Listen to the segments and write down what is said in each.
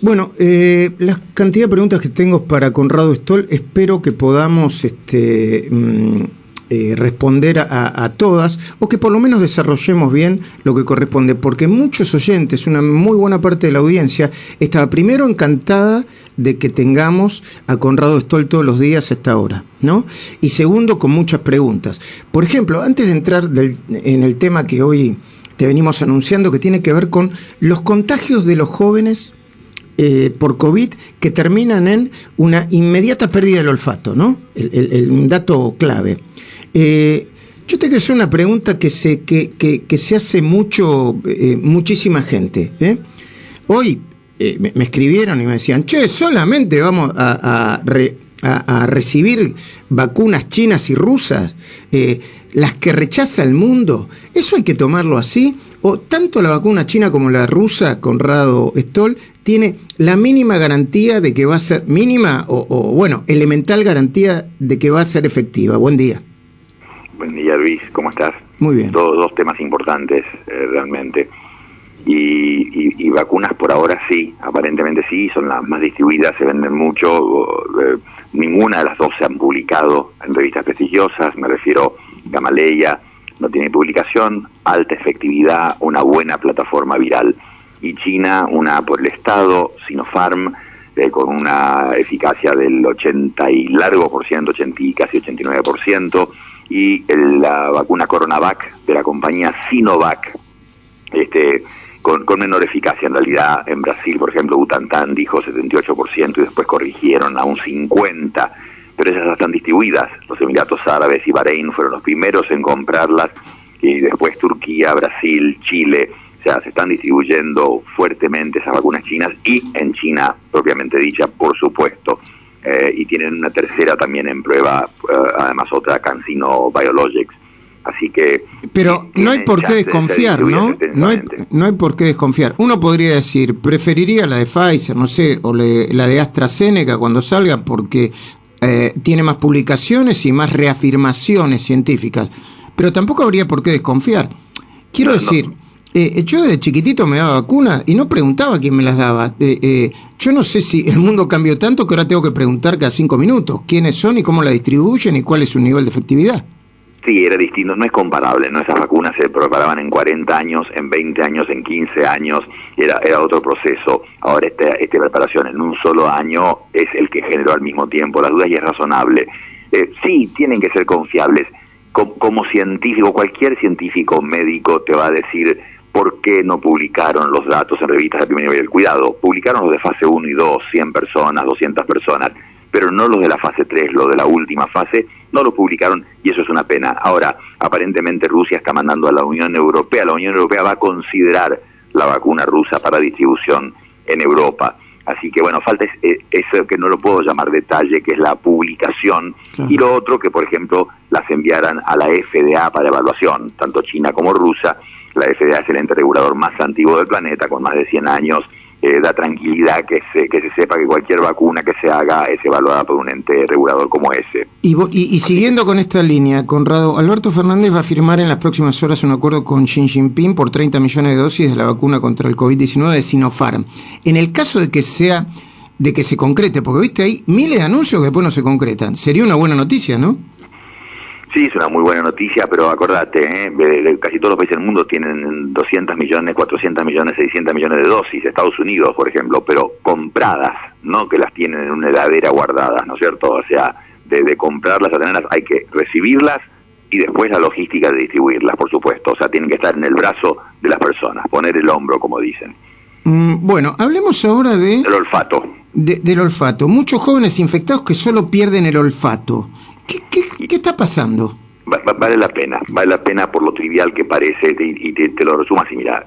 Bueno, la cantidad de preguntas que tengo para Conrado Stoll, espero que podamos responder a todas, o que por lo menos desarrollemos bien lo que corresponde, porque muchos oyentes, una muy buena parte de la audiencia, estaba primero encantada de que tengamos a Conrado Stoll todos los días a esta hora, ¿no? Y segundo, con muchas preguntas. Por ejemplo, antes de entrar en el tema que hoy te venimos anunciando, que tiene que ver con los contagios de los jóvenes por COVID, que terminan en una inmediata pérdida del olfato, ¿no? Un dato clave. Yo te quiero hacer una pregunta que se hace muchísima gente. Hoy me escribieron y me decían, che, solamente vamos a recibir vacunas chinas y rusas, las que rechaza el mundo. ¿Eso hay que tomarlo así? ¿O tanto la vacuna china como la rusa, Conrado Stoll, tiene la mínima garantía de que va a ser, mínima o elemental garantía de que va a ser efectiva? Buen día. Buen día, Luis, ¿cómo estás? Muy bien. Dos temas importantes, realmente. Y vacunas por ahora sí, aparentemente sí, son las más distribuidas, se venden mucho. Ninguna de las dos se han publicado en revistas prestigiosas, me refiero a Gamaleya, no tiene publicación, alta efectividad, una buena plataforma viral. Y China, una por el Estado, Sinopharm, con una eficacia del 80 y largo por ciento, 80 y casi 89%, y la vacuna Coronavac de la compañía Sinovac, con menor eficacia en realidad. En Brasil, por ejemplo, Butantan dijo 78% y después corrigieron a un 50%, pero esas están distribuidas. Los Emiratos Árabes y Bahrein fueron los primeros en comprarlas, y después Turquía, Brasil, Chile. O sea, se están distribuyendo fuertemente esas vacunas chinas, y en China, propiamente dicha, por supuesto. Y tienen una tercera también en prueba, además otra, CanSino Biologics. Así que... Pero no hay por qué desconfiar, ¿no? No hay por qué desconfiar. Uno podría decir, preferiría la de Pfizer, no sé, o la de AstraZeneca cuando salga, porque tiene más publicaciones y más reafirmaciones científicas. Pero tampoco habría por qué desconfiar. Quiero decir... yo desde chiquitito me daba vacunas y no preguntaba quién me las daba. Yo no sé si el mundo cambió tanto que ahora tengo que preguntar cada 5 minutos quiénes son y cómo la distribuyen y cuál es su nivel de efectividad. Sí, era distinto, no es comparable, ¿no? Esas vacunas se preparaban en 40 años, en 20 años, en 15 años, era otro proceso. Ahora esta preparación en un solo año es el que generó al mismo tiempo las dudas, y es razonable. Sí, tienen que ser confiables. Como científico, cualquier científico médico te va a decir por qué no publicaron los datos en revistas de primer nivel del cuidado. Publicaron los de fase 1 y 2, 100 personas, 200 personas, pero no los de la fase 3, los de la última fase, no los publicaron, y eso es una pena. Ahora, aparentemente Rusia está mandando a la Unión Europea. La Unión Europea va a considerar la vacuna rusa para distribución en Europa. Así que bueno, falta eso que no lo puedo llamar detalle, que es la publicación, claro. Y lo otro, que por ejemplo las enviaran a la FDA para evaluación, tanto China como rusa. La FDA es el ente regulador más antiguo del planeta, con más de 100 años, da tranquilidad que se sepa que cualquier vacuna que se haga es evaluada por un ente regulador como ese. Y siguiendo con esta línea, Conrado, Alberto Fernández va a firmar en las próximas horas un acuerdo con Xi Jinping por 30 millones de dosis de la vacuna contra el COVID-19 de Sinopharm. En el caso de que se concrete, porque viste hay miles de anuncios que después no se concretan, sería una buena noticia, ¿no? Sí, es una muy buena noticia, pero acordate, casi todos los países del mundo tienen 200 millones, 400 millones, 600 millones de dosis. Estados Unidos, por ejemplo, pero compradas, no que las tienen en una heladera guardadas, ¿no es cierto? O sea, de comprarlas a tenerlas, hay que recibirlas y después la logística de distribuirlas, por supuesto. O sea, tienen que estar en el brazo de las personas, poner el hombro, como dicen. Bueno, hablemos ahora del olfato. Del olfato. Muchos jóvenes infectados que solo pierden el olfato. ¿Qué está pasando? Vale la pena por lo trivial que parece, y te lo resumo así. Mira,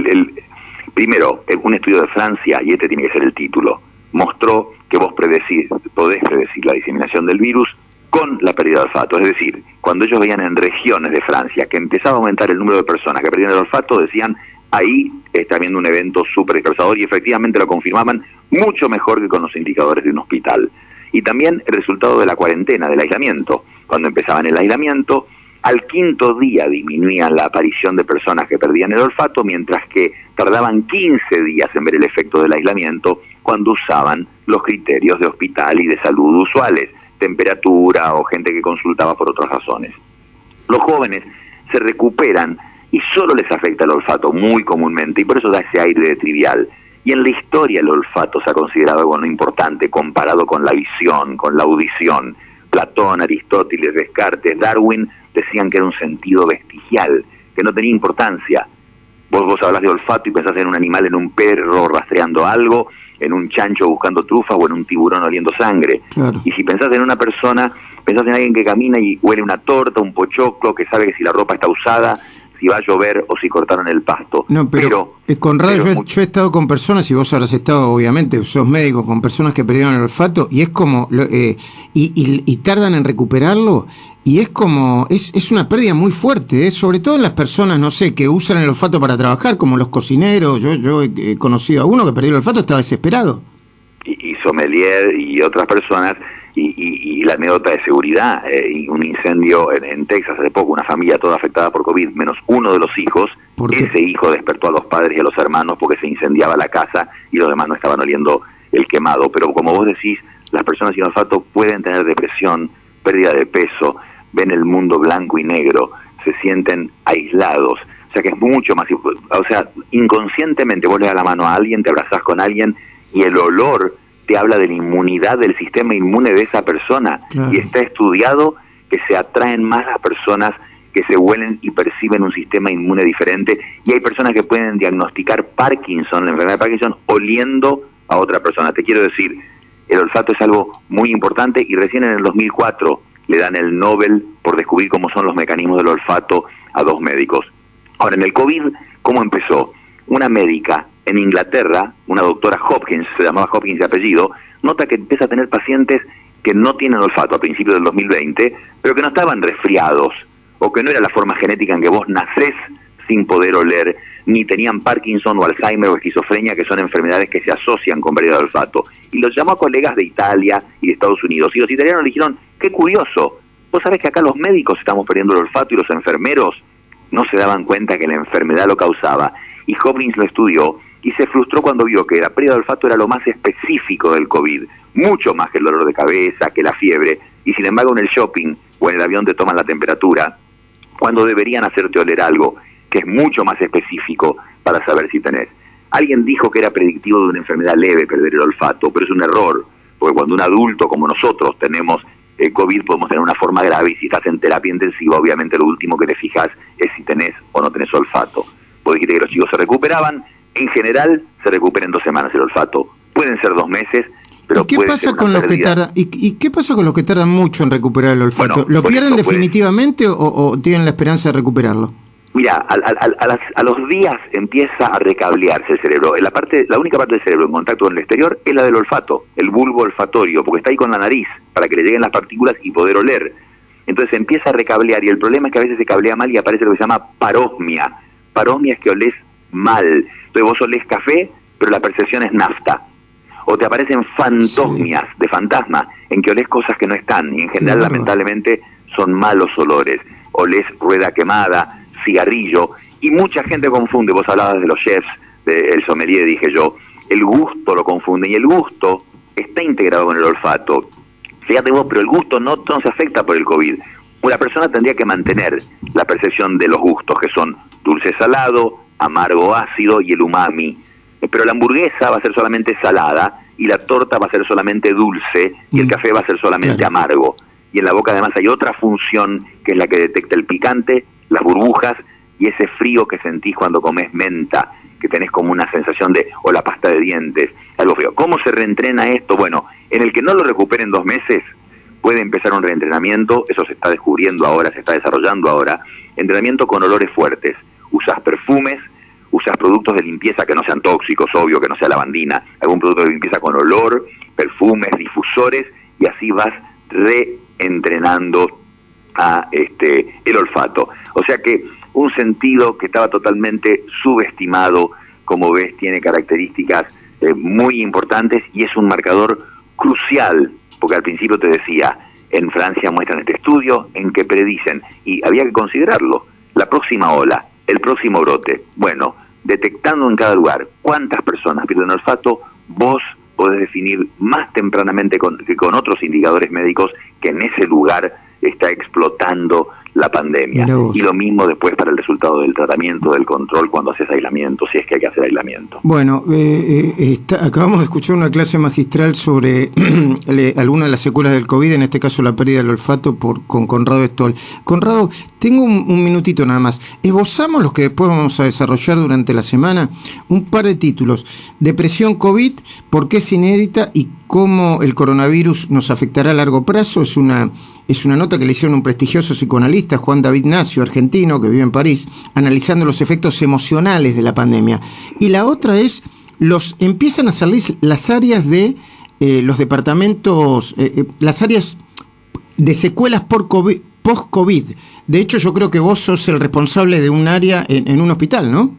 primero, un estudio de Francia, y este tiene que ser el título, mostró que vos podés predecir la diseminación del virus con la pérdida de olfato. Es decir, cuando ellos veían en regiones de Francia que empezaba a aumentar el número de personas que perdían el olfato, decían, ahí está habiendo un evento súper dispersador, y efectivamente lo confirmaban mucho mejor que con los indicadores de un hospital. Y también el resultado de la cuarentena, del aislamiento. Cuando empezaban el aislamiento, al 5.º día disminuían la aparición de personas que perdían el olfato, mientras que tardaban 15 días en ver el efecto del aislamiento cuando usaban los criterios de hospital y de salud usuales, temperatura o gente que consultaba por otras razones. Los jóvenes se recuperan y solo les afecta el olfato muy comúnmente, y por eso da ese aire de trivial. Y en la historia el olfato se ha considerado algo no importante comparado con la visión, con la audición. Platón, Aristóteles, Descartes, Darwin decían que era un sentido vestigial, que no tenía importancia. Vos hablas de olfato y pensás en un animal, en un perro rastreando algo, en un chancho buscando trufas o en un tiburón oliendo sangre. Claro. Y si pensás en una persona, pensás en alguien que camina y huele una torta, un pochoclo, que sabe que si la ropa está usada, si va a llover o si cortaron el pasto. No, pero Conrado, yo he estado con personas, y vos habrás estado, obviamente, sos médico, con personas que perdieron el olfato, y es como, y tardan en recuperarlo, y es como, es una pérdida muy fuerte, sobre todo en las personas, no sé, que usan el olfato para trabajar, como los cocineros. Yo he conocido a uno que perdió el olfato, estaba desesperado. Y sommelier y otras personas, y la anécdota de seguridad, un incendio en Texas hace poco, una familia toda afectada por COVID, menos uno de los hijos. Ese hijo despertó a los padres y a los hermanos porque se incendiaba la casa y los demás no estaban oliendo el quemado. Pero como vos decís, las personas sin olfato pueden tener depresión, pérdida de peso, ven el mundo blanco y negro, se sienten aislados. O sea que es mucho más, o sea, inconscientemente vos le das la mano a alguien, te abrazás con alguien y el olor te habla de la inmunidad del sistema inmune de esa persona. Claro. Y está estudiado que se atraen más las personas que se huelen y perciben un sistema inmune diferente, y hay personas que pueden diagnosticar Parkinson, la enfermedad de Parkinson, oliendo a otra persona. Te quiero decir, el olfato es algo muy importante, y recién en el 2004 le dan el Nobel por descubrir cómo son los mecanismos del olfato a 2 médicos. Ahora, en el COVID, ¿cómo empezó? Una médica en Inglaterra, una doctora Hopkins, se llamaba Hopkins de apellido, nota que empieza a tener pacientes que no tienen olfato a principios del 2020, pero que no estaban resfriados, o que no era la forma genética en que vos nacés sin poder oler, ni tenían Parkinson o Alzheimer o esquizofrenia, que son enfermedades que se asocian con pérdida de olfato. Y los llamó a colegas de Italia y de Estados Unidos, y los italianos le dijeron, qué curioso, vos sabés que acá los médicos estamos perdiendo el olfato y los enfermeros no se daban cuenta que la enfermedad lo causaba. Y Hopkins lo estudió y se frustró cuando vio que la pérdida de olfato era lo más específico del COVID, mucho más que el dolor de cabeza, que la fiebre, y sin embargo en el shopping o en el avión te toman la temperatura, cuando deberían hacerte oler algo que es mucho más específico para saber si tenés. Alguien dijo que era predictivo de una enfermedad leve perder el olfato, pero es un error, porque cuando un adulto como nosotros tenemos COVID podemos tener una forma grave, y si estás en terapia intensiva, obviamente lo último que te fijas es si tenés o no tenés olfato. Vos dijiste que los chicos se recuperaban, en general se recupera en 2 semanas el olfato, pueden ser 2 meses, pero ¿Y qué pasa con los que tardan? ¿Y qué pasa con los que tardan mucho en recuperar el olfato? Bueno, ¿lo pierden definitivamente o tienen la esperanza de recuperarlo? Mira, a los días empieza a recablearse el cerebro. La única parte del cerebro en contacto con el exterior es la del olfato, el bulbo olfatorio, porque está ahí con la nariz, para que le lleguen las partículas y poder oler. Entonces empieza a recablear, y el problema es que a veces se cablea mal y aparece lo que se llama parosmia. Parosmia es que olés mal. Entonces vos olés café, pero la percepción es nafta. O te aparecen fantosmias de fantasma, en que olés cosas que no están, y en general, lamentablemente, son malos olores. Olés rueda quemada, cigarrillo, y mucha gente confunde. Vos hablabas de los chefs, del sommelier, dije yo, el gusto lo confunde, y el gusto está integrado con el olfato. Fíjate vos, pero el gusto no se afecta por el COVID. Una persona tendría que mantener la percepción de los gustos, que son dulce salado, amargo ácido y el umami. Pero la hamburguesa va a ser solamente salada, y la torta va a ser solamente dulce, y el café va a ser solamente amargo. Y en la boca además hay otra función, que es la que detecta el picante, las burbujas y ese frío que sentís cuando comés menta, que tenés como una sensación de, o la pasta de dientes, algo frío. ¿Cómo se reentrena esto? Bueno, en el que no lo recupere en 2 meses, puede empezar un reentrenamiento, eso se está descubriendo ahora, se está desarrollando ahora, entrenamiento con olores fuertes. Usás perfumes, usás productos de limpieza que no sean tóxicos, obvio, que no sea lavandina, algún producto de limpieza con olor, perfumes, difusores, y así vas reentrenando a el olfato. O sea que un sentido que estaba totalmente subestimado, como ves, tiene características muy importantes, y es un marcador crucial, porque al principio te decía, en Francia muestran este estudio en que predicen, y había que considerarlo, la próxima ola, el próximo brote. Bueno, detectando en cada lugar cuántas personas pierden olfato, vos definir más tempranamente que con otros indicadores médicos que en ese lugar está explotando la pandemia. Y lo mismo después para el resultado del tratamiento, del control, cuando haces aislamiento, si es que hay que hacer aislamiento. Bueno, acabamos de escuchar una clase magistral sobre algunas de las secuelas del COVID, en este caso la pérdida del olfato con Conrado Stoll. Conrado, tengo un minutito nada más. Esbozamos los que después vamos a desarrollar durante la semana, un par de títulos. Depresión COVID, ¿por qué es inédita y cómo el coronavirus nos afectará a largo plazo? Es una nota que le hicieron un prestigioso psicoanalista, Juan David Nacio, argentino, que vive en París, analizando los efectos emocionales de la pandemia. Y la otra es, empiezan a salir las áreas de los departamentos, las áreas de secuelas post-COVID. De hecho, yo creo que vos sos el responsable de un área en un hospital, ¿no?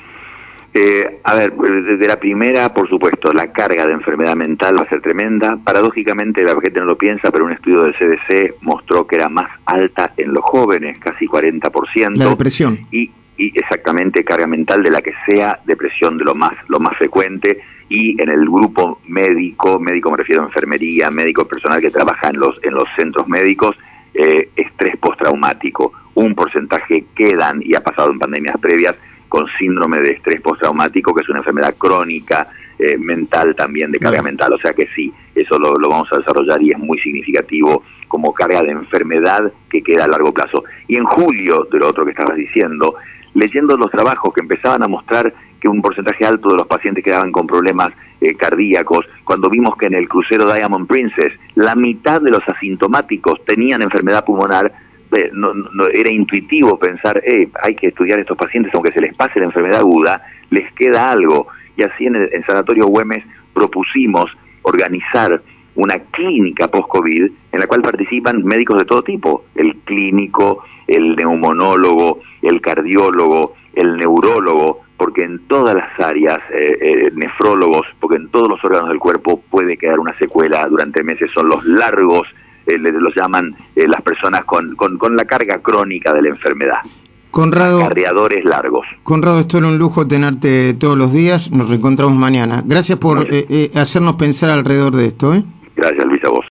A ver, desde la primera, por supuesto, la carga de enfermedad mental va a ser tremenda. Paradójicamente, la gente no lo piensa, pero un estudio del CDC mostró que era más alta en los jóvenes, casi 40%. La depresión. Y exactamente, carga mental de la que sea, depresión de lo más frecuente. Y en el grupo médico me refiero a enfermería, médico personal que trabaja en los centros médicos, estrés postraumático. Un porcentaje quedan, y ha pasado en pandemias previas, con síndrome de estrés postraumático, que es una enfermedad crónica, mental también, de carga mental. O sea que sí, eso lo vamos a desarrollar y es muy significativo como carga de enfermedad que queda a largo plazo. Y en julio, de lo otro que estabas diciendo, leyendo los trabajos que empezaban a mostrar que un porcentaje alto de los pacientes quedaban con problemas cardíacos, cuando vimos que en el crucero Diamond Princess la mitad de los asintomáticos tenían enfermedad pulmonar, no era intuitivo pensar, hay que estudiar a estos pacientes, aunque se les pase la enfermedad aguda, les queda algo. Y así en el Sanatorio Güemes propusimos organizar una clínica post-COVID en la cual participan médicos de todo tipo, el clínico, el neumonólogo, el cardiólogo, el neurólogo, porque en todas las áreas, nefrólogos, porque en todos los órganos del cuerpo puede quedar una secuela durante meses. Son los largos, los llaman las personas con la carga crónica de la enfermedad. Conrado, carreadores largos. Conrado, esto era un lujo tenerte todos los días. Nos reencontramos mañana. Gracias por hacernos pensar alrededor de esto. Gracias, Luis, a vos.